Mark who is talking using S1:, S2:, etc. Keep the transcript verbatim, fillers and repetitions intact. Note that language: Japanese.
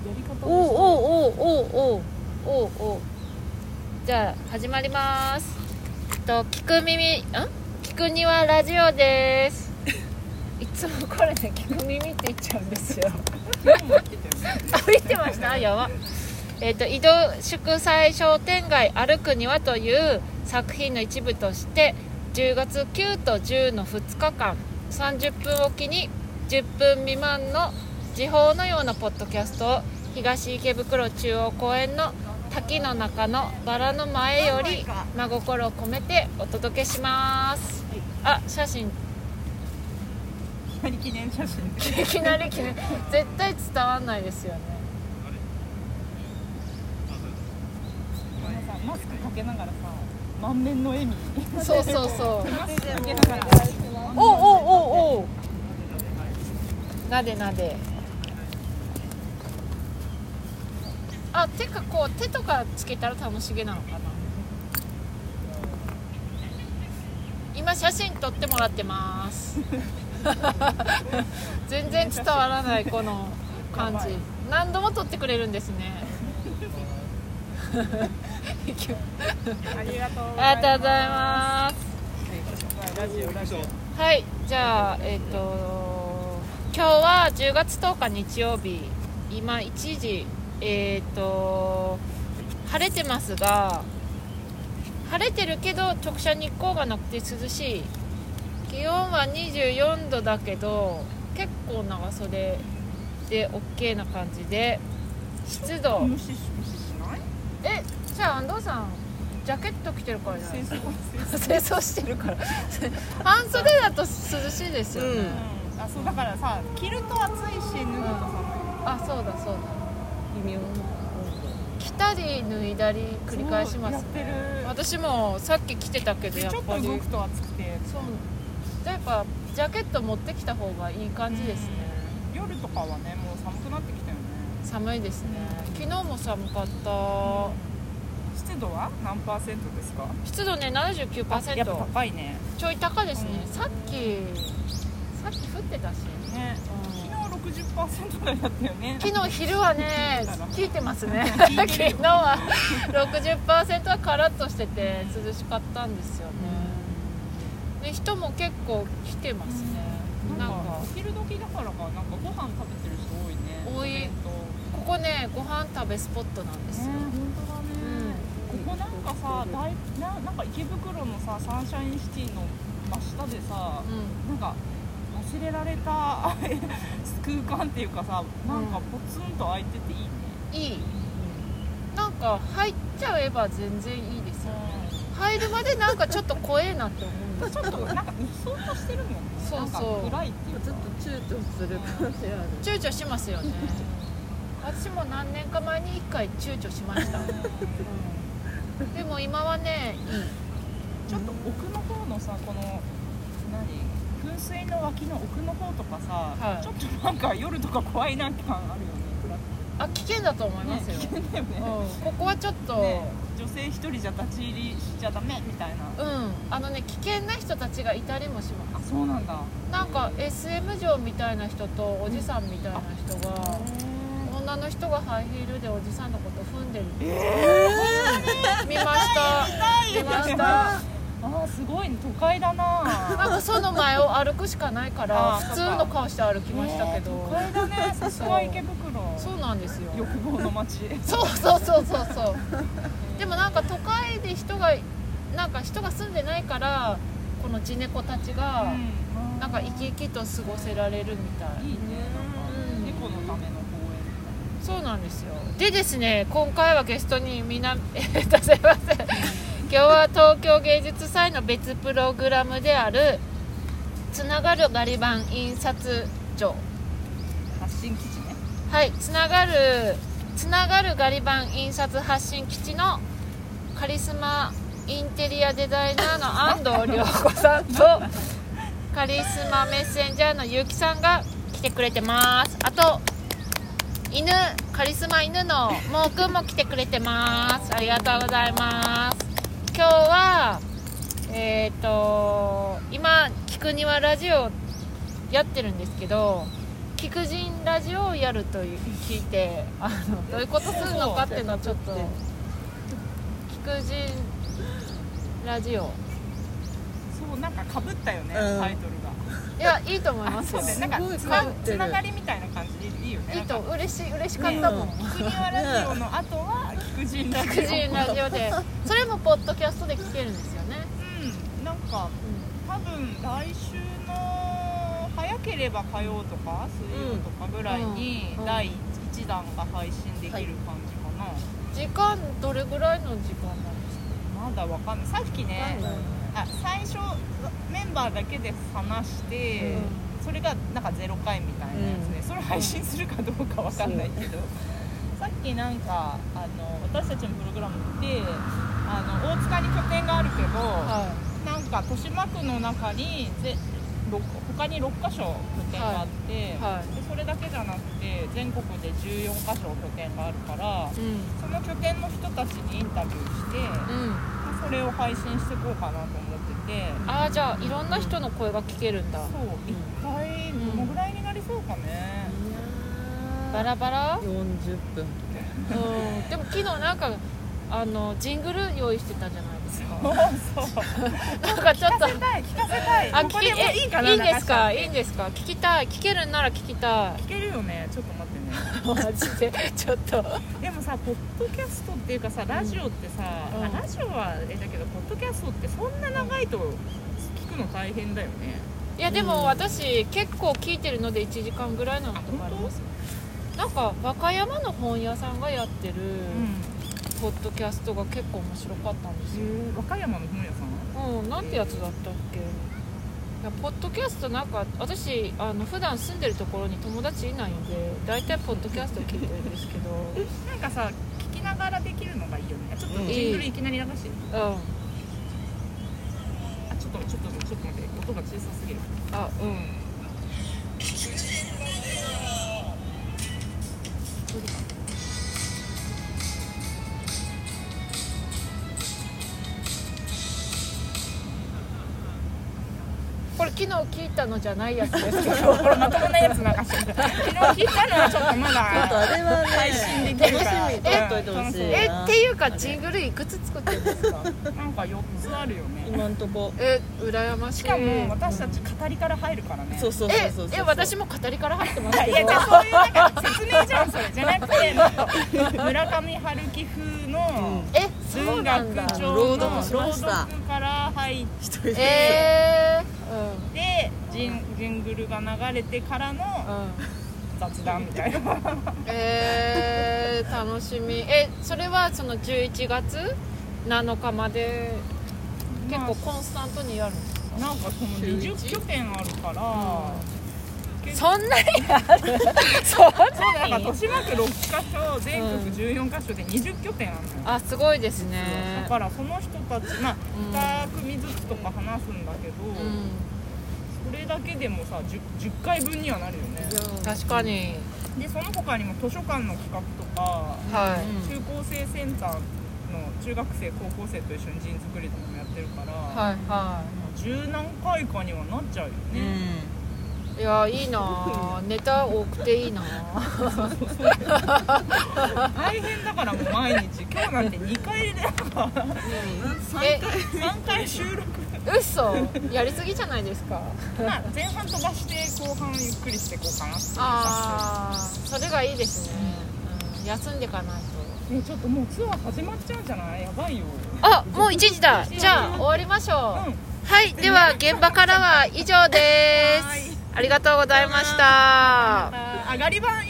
S1: り方
S2: おおおおおおおおじゃあ始まります。と聞く耳ん聞くにはラジオです。いつもこれね聞く耳って言っちゃうんですよ。あ、言ってました。やば。えっと移動祝祭商店街歩くにはという作品の一部としてじゅうがつきゅうとじゅうのふつかかんさんじゅっぷんおきにじゅっぷん未満の時報のようなポッドキャストを東池袋中央公園の滝の中のバラの前より真心を込めてお届けします。あ、写真
S1: いきなり記念写真
S2: いきなり記念絶対伝わんないですよね。
S1: 皆さんマスクかけながらさ満面の笑み
S2: そうそうそう
S1: マスクかけながら
S2: おおおおなでなであ、てかこう手とかつけたら楽しげなのかな。今写真撮ってもらってます全然伝わらないこの感じ。何度も撮ってくれるんですね
S1: ありがとう
S2: ありがとうございます。
S1: ラジオラジオ
S2: はい、じゃあえっ、ー、と今日はじゅうがつとおか日曜日、今いちじえっ、ー、と晴れてますが、晴れてるけど直射日光がなくて涼しい。気温はにじゅうよんどだけど結構長袖で OK な感じで、湿度
S1: 無視無視しない？
S2: え、じゃあ安藤さんジャケット着てるからじゃないですか。清掃してるから半袖だと涼しいですよね、
S1: うん、あ、そうだからさ着ると暑いし脱ぐと寒い、うん、
S2: あ、そうだそうだ、微妙な着たり脱いだり繰り返しますね。
S1: やってる。
S2: 私もさっき着てたけどやっぱり
S1: ちょっと動くと暑くて、
S2: そうじゃあやっぱジャケット持ってきた方がいい感じですね、
S1: うん、夜とかはねもう寒くなってきたよね。
S2: 寒いですね、うん、昨日も寒かった、うん、
S1: 湿度は何パーセントですか？
S2: 湿度ね ななじゅうきゅうパーセント。
S1: やっぱ高いね。
S2: ちょい高ですね、
S1: うん、
S2: さっきさっき降ってたし
S1: ね、うん、昨日 ろくじゅっパーセント 台だったよね。
S2: 昨日昼はね聞いてますね昨日は ろくじゅっパーセント はカラッとしてて涼しかったんですよね、うん、で人も結構来てますね、うん、なんか
S1: お昼時だからかなんかご飯食べてる人多いね。
S2: 多い。ここねご飯食べスポットなんですよ、
S1: ね、本当だね、うん、ここなんかさだい な, なんか池袋のさサンシャインシティの真下でさ、うん、なんか忘れられた空間っていうかさ、なんかポツンと空いてていいね。
S2: いい、うん、なんか入っちゃえば全然いいですよね、うん、入るまでなんかちょっと怖えなって思うんです
S1: ちょっとなんかうっそうとしてるもんね。
S2: そうそう、
S1: 暗いっていうか
S3: ちょっと躊躇する感じある。
S2: 躊躇しますよね私も何年か前にいっかい躊躇しました、うん、でも今はねいい。
S1: ちょっと奥の方のさこの何噴水の脇の奥の方とかさ、はい、ちょっとなんか夜とか怖いなって感あるよね。
S2: あ、危険だと思いますよ、
S1: ね、危険だよね、
S2: うん、ここはちょっと、
S1: ね、女性一人じゃ立ち入りしちゃダメみたいな。
S2: うん、あのね危険な人たちがいたりもします。
S1: あ、そうなんだ。
S2: なんか エスエム 嬢みたいな人とおじさんみたいな人が、うん、女の人がハイヒールでおじさんのこと踏んでる。
S1: え
S2: ー、見ました見ました
S1: あ、すごいね、都会だな。
S2: なんかその前を歩くしかないから普通の顔して歩きましたけど、
S1: 都会だね、さすが池袋。
S2: そうなんですよ、
S1: 欲望の街。
S2: そうそうそうそうそうでもなんか都会で人がなんか人が住んでないからこの地猫たちがなんか生き生きと過ごせられるみたい。
S1: いいね、うん、猫のための公園。
S2: そうなんですよ。でですね、今回はゲストにみなえー、とすいません今日は東京芸術祭の別プログラムであるつながるガリバン印刷所
S1: 発信基地ね。
S2: はい、つながるつながるガリバン印刷発信基地のカリスマインテリアデザイナーの安藤涼子さんとカリスマメッセンジャーのゆうきさんが来てくれてます。あと犬、カリスマ犬のモーくんも来てくれてます。ありがとうございます。今日はえーと今聞くにはラジオやってるんですけど、 菊人ラジオをやると聞いて、あのどういうことするのかっていうのをちょっと菊人ラジオ、
S1: そうなんか被ったよね、
S3: うん
S1: タイトルが。
S2: いやいいと思いますよ。
S1: そうね、なんかつなつながりみたいな感じでいいよね。
S2: いいと嬉しい嬉しかったもん。
S1: 菊庭ラジオの後は菊人ラジオ。
S2: 菊人ラジオで、それもポッドキャストで聞けるんですよね。
S1: うん、なんか多分来週の早ければ火曜とか水曜とかぐらいに
S2: うん
S1: だいいちだんが配信できる感じかな。
S2: 時間どれぐらいの時間なんですか？
S1: まだわかんない。さっきね、あ最初メンバーだけで話して、うん、それがなんかゼロかいみたいなやつで、うん、それを配信するかどうかわかんないけど、さっきなんかあの私たちのプログラムであの大塚に拠点があるけど、はい、なんか豊島区の中にぜ他にろっかしょ拠点があって、はいはい、でそれだけじゃなくて全国でじゅうよんかしょ拠点があるから、うん、その拠点の人たちにインタビューして、うんそれを配信していこうかなと思ってて。
S2: ああじゃあいろんな人の声が聞けるんだ。
S1: そう一回どのぐらいになりそうかね、
S2: うん、バラバラ
S3: よんじゅっぷん、
S2: うん、でも昨日なんかあのジングル用意してたじゃないですか。
S1: そうそう
S2: なんかちょっと
S1: 聞かせたい聞かせたい。
S2: あ、聞きえいいかないいんですかいいんですか聞きたい聞けるんなら聞きたい。
S1: 聞けるよね。ちょっと待ってね
S2: マジでちょっと
S1: でもさポッドキャストっていうかさラジオってさ、うん、ラジオはあれだけどポッドキャストってそんな長いと聞くの大変だよね。
S2: いやでも私結構聞いてるのでいちじかんぐらいなのとかあります。なんか和歌山の本屋さんがやってる、うん、ポッドキャストが結構面白かったんですよ。
S1: 和歌山の本屋さん、
S2: うん、なんてやつだったっけ。いやポッドキャストなんか私あの普段住んでるところに友達いないんでだいたいポッドキャスト聞いてるんですけど
S1: なんかさ聞きながらできるのがいいよね。ちょっとジングルいきなり流してる、うん、あちょっとちょっとちょっと待って音が小さすぎる。
S2: あうんこれ昨日聞いたのじゃないやつですけど
S1: これまともなやつ流してる。昨日聞いたのはちょっとまだ
S3: ちょっとあれはね
S1: 配信できるから
S3: 楽しみに撮っといてほしいな。
S2: えっていうかジングルいくつ作ってるんですか？
S1: なんかよっつあるよね
S3: 今んとこ。
S2: え羨ましい。
S1: しかも私たち語りから入るからね。
S3: そうそうそうそうそう。
S2: ええ私も語りから入ってますけど
S1: いやじゃあそういうなんか説明じゃんそれじゃなくてもっと村上春樹風の
S2: えそうなんだ。
S1: 文学調の
S3: 朗読しました
S1: 朗読から入って
S2: えーうん、
S1: でジン、ジングルが流れてからの雑談みたいな、うん、
S2: えー、楽しみ。えそれはそのじゅういちがつなのかまで結構コンスタントにやるんですか？
S1: なんかそのにじゅっきょてんあるから、
S2: うん、そんなにあるそんなに
S1: なんか豊島区ろっかしょ全国じゅうよんかしょでにじゅっきょてんあるのよ、
S2: うん、あすごいですね。
S1: だからその人たちまあに組ずつとか話すんだけど、うんそれだけでもさ 10, じゅっかいぶんにはなるよね。
S2: 確かに。で
S1: その他にも図書館の企画とか、はい、中高生センターの中学生高校生と一緒にジン作りとかもやってるから、はいはい、十何回かにはなっちゃうよね、
S2: うん、いやいいなネタ多くていいな
S1: 大変だからもう毎日今日なんてにかいでなんかさんかいさんかい収録
S2: 嘘やりすぎじゃないですか
S1: まあ前半飛ばして後半ゆっくりしていこうかなって。
S2: ああそれがいいですね、うん、休んでかないと。
S1: ねちょっともうツアー始まっちゃうんじゃない？やばいよ。
S2: あもういちじだ。じゃあ終わりましょう、うん、はいでは現場からは以上です。ありがとうございました。
S1: 上がり版